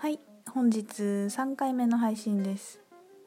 はい、本日3回目の配信です。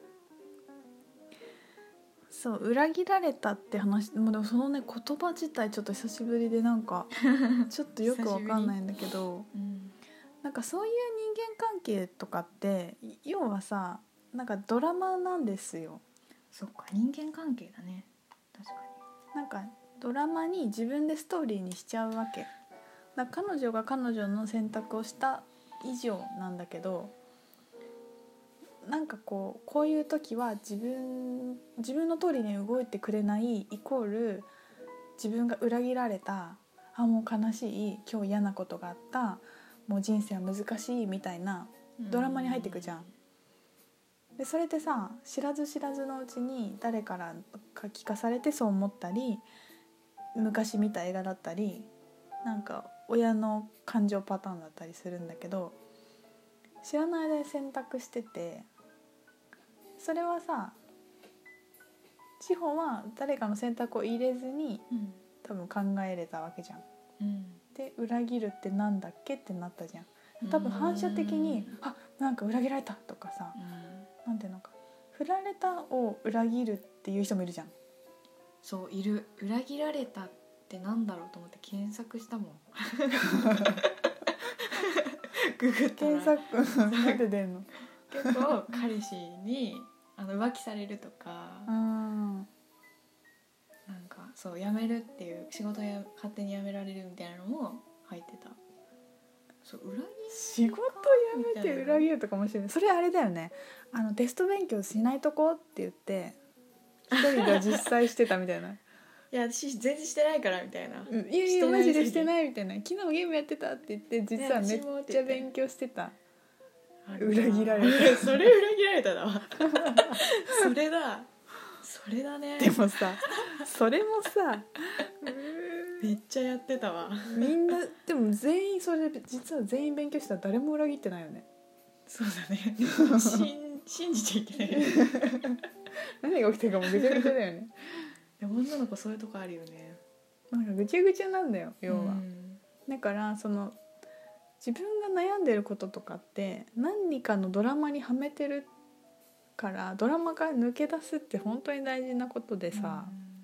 そう、裏切られたって話、もうでもそのね言葉自体ちょっと久しぶりでなんかちょっとよくわかんないんだけど、なんかそういう人間関係とかって要はさ、なんかドラマなんですよ。 そっか、人間関係だね。確かなんかドラマに自分でストーリーにしちゃうわけだから、彼女が彼女の選択をした以上なんだけど、なんかこういう時は自分の通りに動いてくれないイコール自分が裏切られた、もう悲しい、今日嫌なことがあった、もう人生は難しいみたいなドラマに入っていくじゃん。でそれってさ、知らず知らずのうちに誰からか聞かされてそう思ったり、昔見た映画だったり、なんか親の感情パターンだったりするんだけど、知らない間に選択してて、それはさ、志保は誰かの選択を入れずに多分考えれたわけじゃん。で裏切るってなんだっけってなったじゃん。多分反射的になんか裏切られたとかさ、なんていうのか、振られたを裏切るっていう人もいるじゃん。 そういる。裏切られたってなんだろうと思って検索したもんググったら検索なんで出んの結構彼氏に浮気されるとか、なんかそう辞めるっていう、仕事や勝手に辞められるみたいなのも入ってた。そう裏切り仕事辞めて裏切るとかもしれない。それあれだよね、テスト勉強しないとこって言って一人で実際してたみたいな。 いや私全然してないからみたいな、 いやいやマジでしてないみたいな、昨日ゲームやってたって言って実はめっちゃ勉強してた。裏切られたそれ裏切られただわそれだね。 でもさ、それもさめっちゃやってたわ。 みんなでも全員それで実は全員勉強したら誰も裏切ってないよね。 そうだね信じちゃいけない何が起きてるかもぐちゃぐちゃだよね女の子そういうとこあるよね。 なんかぐちゃぐちゃなんだよ要は、だからその自分が悩んでることとかって何かのドラマにはめてるから、ドラマから抜け出すって本当に大事なことでさ、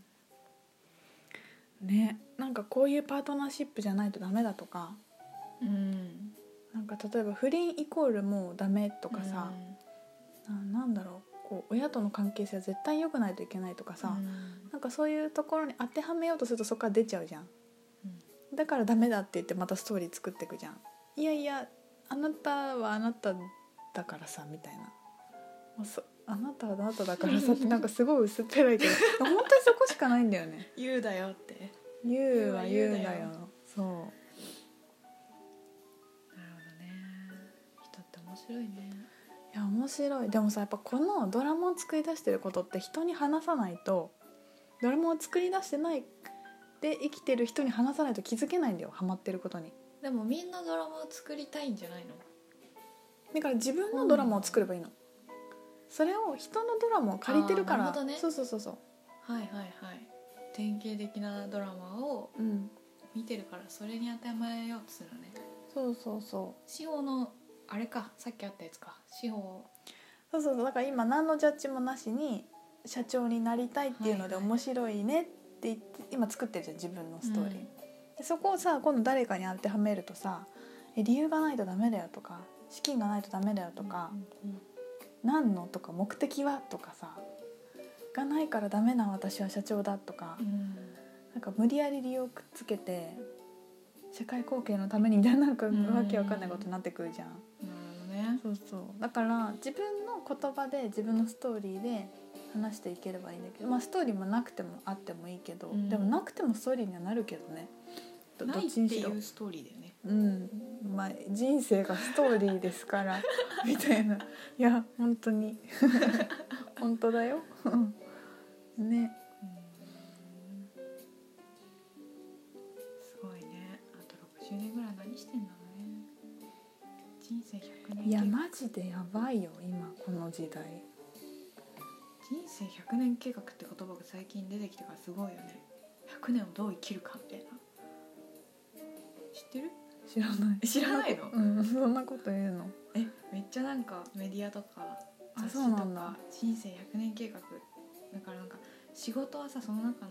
ね、なんかこういうパートナーシップじゃないとダメだとか、なんか例えば不倫イコールもうダメとかさ、なんだろう、こう親との関係性は絶対良くないといけないとかさ、なんかそういうところに当てはめようとするとそこから出ちゃうじゃん。だからダメだって言ってまたストーリー作っていくじゃん。いやいやあなたはあなただからさみたいな、あなたはあなただからさってなんかすごい薄っぺらいけど本当にそこしかないんだよね。 言うだよって、 言うは言うだよ。そう。 なるほどね。人って面白いね。 いや面白い。でもさ、やっぱこのドラマを作り出してることって人に話さないと、ドラマを作り出してないで生きてる人に話さないと気づけないんだよ、ハマってることに。 でもみんなドラマを作りたいんじゃないの？ だから自分のドラマを作ればいいの、それを人のドラマを借りてるから。 なるほどね。 そうそうそうそう。 はいはいはい。典型的なドラマを見てるから、それに当てはめようとするのね。 そうそうそう。 司法のあれか、さっきあったやつか、司法。 そうそうそう。だから今何のジャッジもなしに社長になりたいっていうので面白いねって言って今作ってるじゃん、自分のストーリー、でそこをさ今度誰かに当てはめるとさ、理由がないとダメだよとか、資金がないとダメだよとか、何のとか目的はとかさがないからダメな私は社長だとか、なんか無理やり理由をくっつけて社会貢献のためにみたいな、なんかわけわかんないことになってくるじゃん。そうそう。だから自分の言葉で自分のストーリーで話していければいいんだけど、ストーリーもなくてもあってもいいけど、でもなくてもストーリーにはなるけどね。 ないっていうストーリーだよね。 人生がストーリーですからみたいな。いや本当に本当だよね。 すごいね。あと60年ぐらい何してんだろうね。人生100年。 いやマジでやばいよ今この時代。 人生100年計画って言葉が最近出てきてからすごいよね。100年をどう生きるかみたいな。知ってる？ 知らない知らないの？ そんなこと言うの？ めっちゃなんかメディアとか雑そう誌となんだか人生100年計画だからなんか仕事はさその中の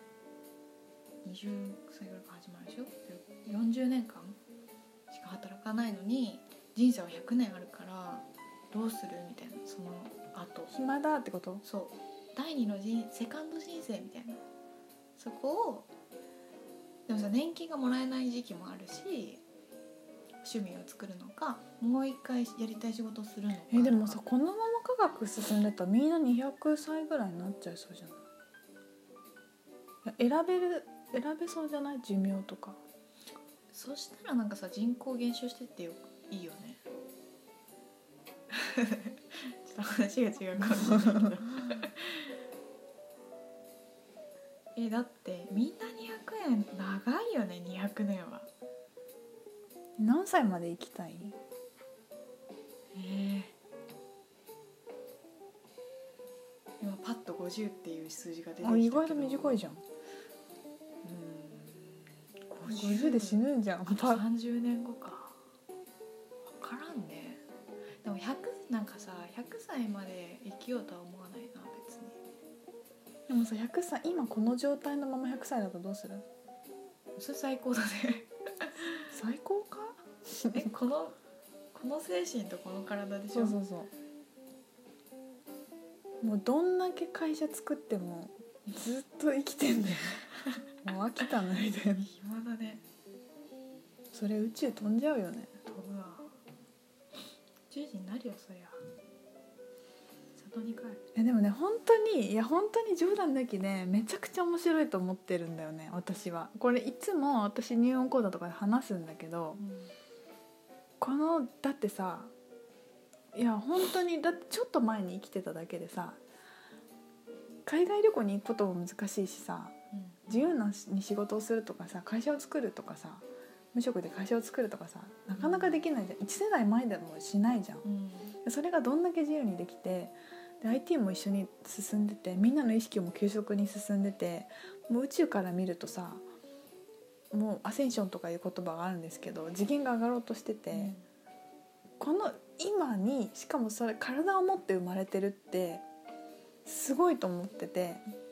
20歳ぐらいから始まるでしょ。40年間しか働かないのに人生は100年あるからどうするみたいな、その後暇だってこと？ そう第二のセカンド人生みたいな、そこをでもさ年金がもらえない時期もあるし趣味を作るのかもう一回やりたい仕事をするのか。 でもさこのまま科学進んでたらみんな200歳ぐらいになっちゃいそうじゃない？選べそうじゃない？寿命とか。 そしたらなんかさ人口減少してっていいよねちょっと話が違うかもしれないけどだってみんな200円長いよね。200年は何歳まで生きたい？ 今パッと50っていう数字が出てきたけど意外と短いじゃん。50で死ぬんじゃん。 30年後か分からんね。でもなんかさ100歳まで生きようとは思わないな別に。 でもさ100歳今この状態のまま100歳だとどうする？ それ最高だね最高かこの精神とこの体でしょ。 もうどんだけ会社作ってもずっと生きてんだよもう飽きたなみたいな。 暇だね。 それ宇宙飛んじゃうよね。 飛ぶわ。宇宙人になるよそりゃ。里に帰る。 でもね本当に冗談抜きでめちゃくちゃ面白いと思ってるんだよね私は。これいつも私入門講座とかで話すんだけど、だってさ本当にだってちょっと前に生きてただけでさ海外旅行に行くことも難しいしさ、自由に仕事をするとかさ会社を作るとかさ無職で会社を作るとかさなかなかできないじゃん。1世代前でもしないじゃん、それがどんだけ自由にできてで IT も一緒に進んでてみんなの意識も急速に進んでてもう宇宙から見るとさもうアセンションとかいう言葉があるんですけど次元が上がろうとしてて、この今にしかもそれ体を持って生まれてるってすごいと思ってて、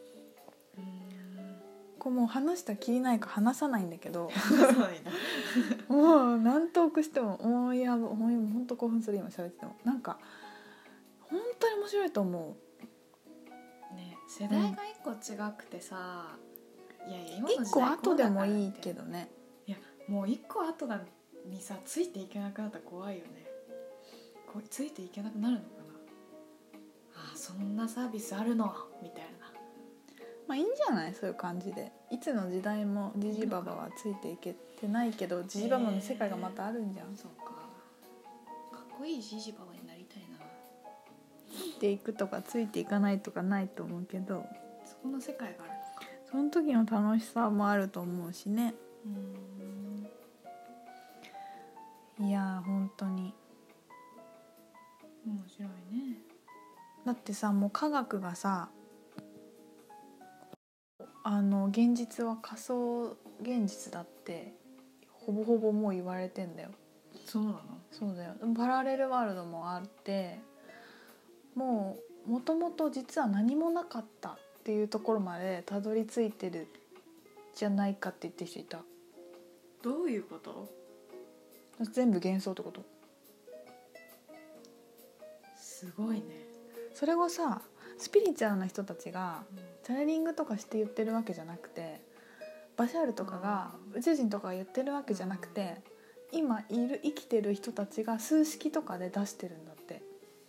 こうもう話したらきりないか話さないんだけどもう何トークしてももう本当興奮する今喋っててもなんか本当に面白いと思う、 ね、世代が一個違くてさ、いや今の時代一個後でもいいけどね。 いやもう一個後だにさついていけなくなったら怖いよね。ついていけなくなるのかな。そんなサービスあるのみたいな。 いいんじゃないそういう感じで。いつの時代もジジババはついていけてないけどジジババの世界がまたあるんじゃん、 そうかっこいいジジババになりたいな。 ついていくとかついていかないとかないと思うけどそこの世界があるのか。 その時の楽しさもあると思うしね。いや本当に面白いね。 だってさもう科学がさ現実は仮想現実だってほぼほぼもう言われてんだよ。 そうなの？ そうだよ。パラレルワールドもあってもともと実は何もなかったっていうところまでたどり着いてるじゃないかって言ってる人いた。 どういうこと？ 全部幻想ってこと？ すごいね。 それをさスピリチュアルな人たちがチャネリングとかして言ってるわけじゃなくてバシャールとかが宇宙人とかが言ってるわけじゃなくて今生きてる人たちが数式とかで出してるんだって。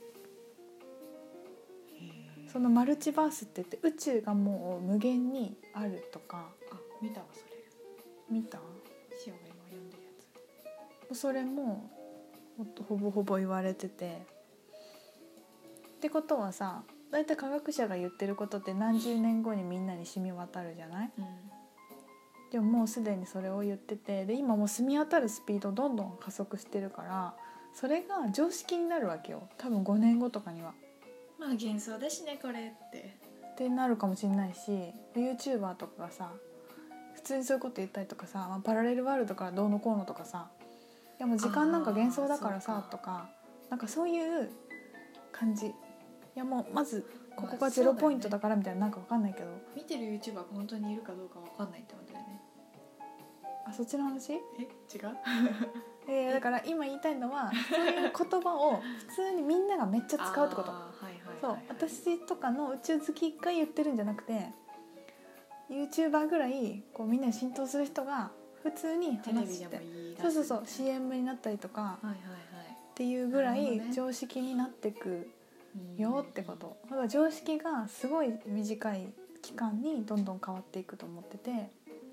そのマルチバースって言って宇宙がもう無限にあるとか。 見たわそれ。 見た？ シオが今読んでるやつ。 それもほぼほぼ言われててってことはさだいたい科学者が言ってることって何十年後にみんなに染み渡るじゃない、でももうすでにそれを言っててで今もう澄み渡るスピードどんどん加速してるからそれが常識になるわけよ多分5年後とかには。 幻想だしねこれってなるかもしれないし YouTuber とかがさ普通にそういうこと言ったりとかさ、パラレルワールドからどうのこうのとかさやもう時間なんか幻想だからそうかさとか、なんかそういう感じ。いやもうまずここがゼロポイントだからみたいな、なんかわかんないけど、 見てる YouTuber が本当にいるかどうかわかんないってことだよね。 あ、そっちの話？ 違うだから今言いたいのは、そういう言葉を普通にみんながめっちゃ使うってこと。 はいはいはいはい、 そう私とかの宇宙好きが言ってるんじゃなくて、 YouTuber ぐらいこうみんなに浸透する人が普通にテレビ話して、 でも言い出すそうそうそう CM になったりとかはいはいはいっていうぐらいなるほどね常識になってくよってこと。だから常識がすごい短い期間にどんどん変わっていくと思ってて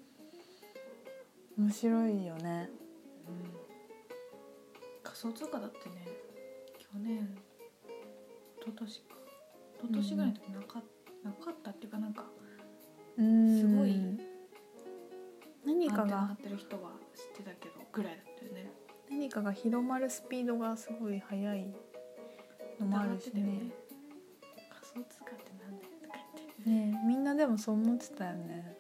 面白いよね。 仮想通貨だってね、去年一昨年ぐらいの時なかったっていうか、なんかすごい何かがアンテナ張ってる人は知ってたけどぐらいだったよね。 何かが広まるスピードがすごい速いのもあるしね。 仮想通貨ってなんだよとか言ってねえみんなでもそう思ってたよね。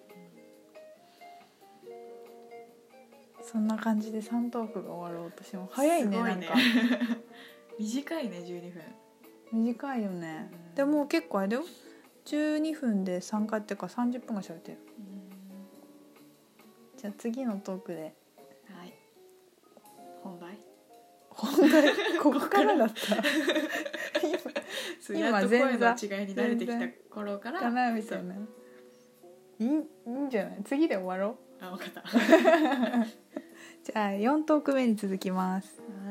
そんな感じで3トークが終わろうとしても早いね。 すごいねなんか短いね12分。 短いよね。でも結構あれだよ、12分で3回っていうか30分が喋ってる。じゃあ次のトークではい本題ここからだった今やっと声の違いに慣れてきた頃からかなみたいな。いいんじゃない？次で終わろう。 あ、分かったじゃあ4トーク目に続きます。